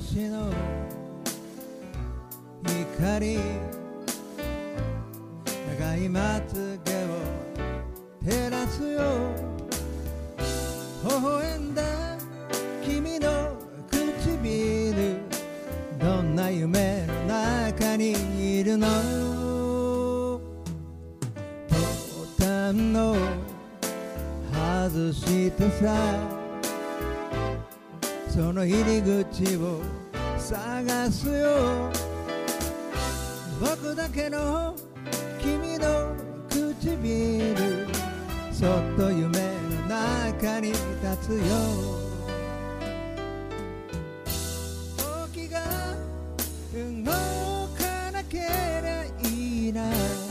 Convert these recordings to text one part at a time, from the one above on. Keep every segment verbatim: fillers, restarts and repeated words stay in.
しの光、長いまつげを照らすよ。微笑んだ君の唇、どんな夢の中にいるの。ボタンの外してさ、その入り口を探すよ。僕だけの君の唇、そっと夢の中に立つよ。時が動かなけりゃいいな。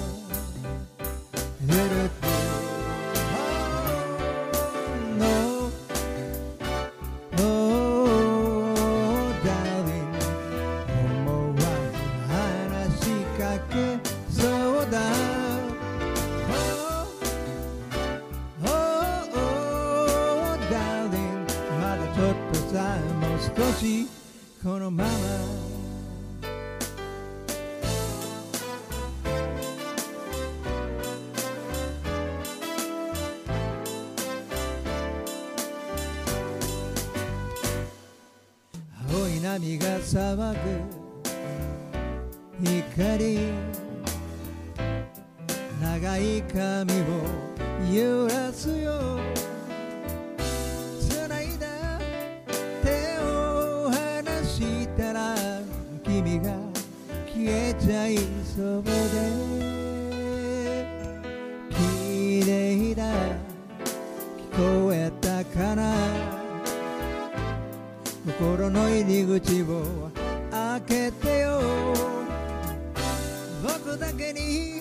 ルルッそうだ、Oh, oh, darling、 まだちょっとさ、もう少しこのまま。青い波が騒ぐ光、長い髪を揺らすよ。繋いだ手を離したら君が消えちゃいそうで、綺麗だ、聞こえたかな。心の入り口を開けてよ。僕だけに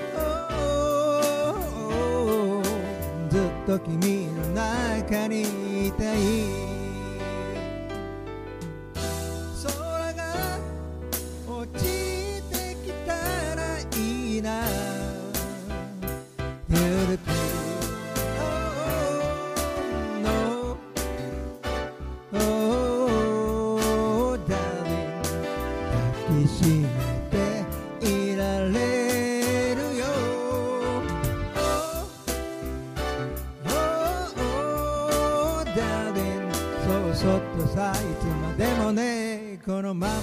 ずっと君の中にいたい。空が落ちてきたらいいな。Beautiful、 Oh, no, Oh, darling、 抱きしめていられるよ。そうそっとさ、いつまでもね、このまま。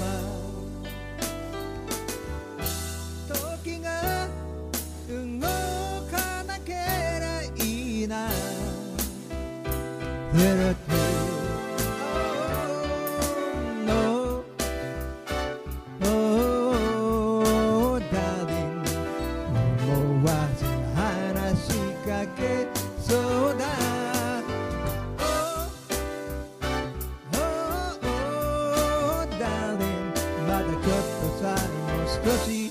時が動かなけりゃいいな。Oh, oh, darling、 思わず話しかけそうだ。まだちょっとさ、もう少し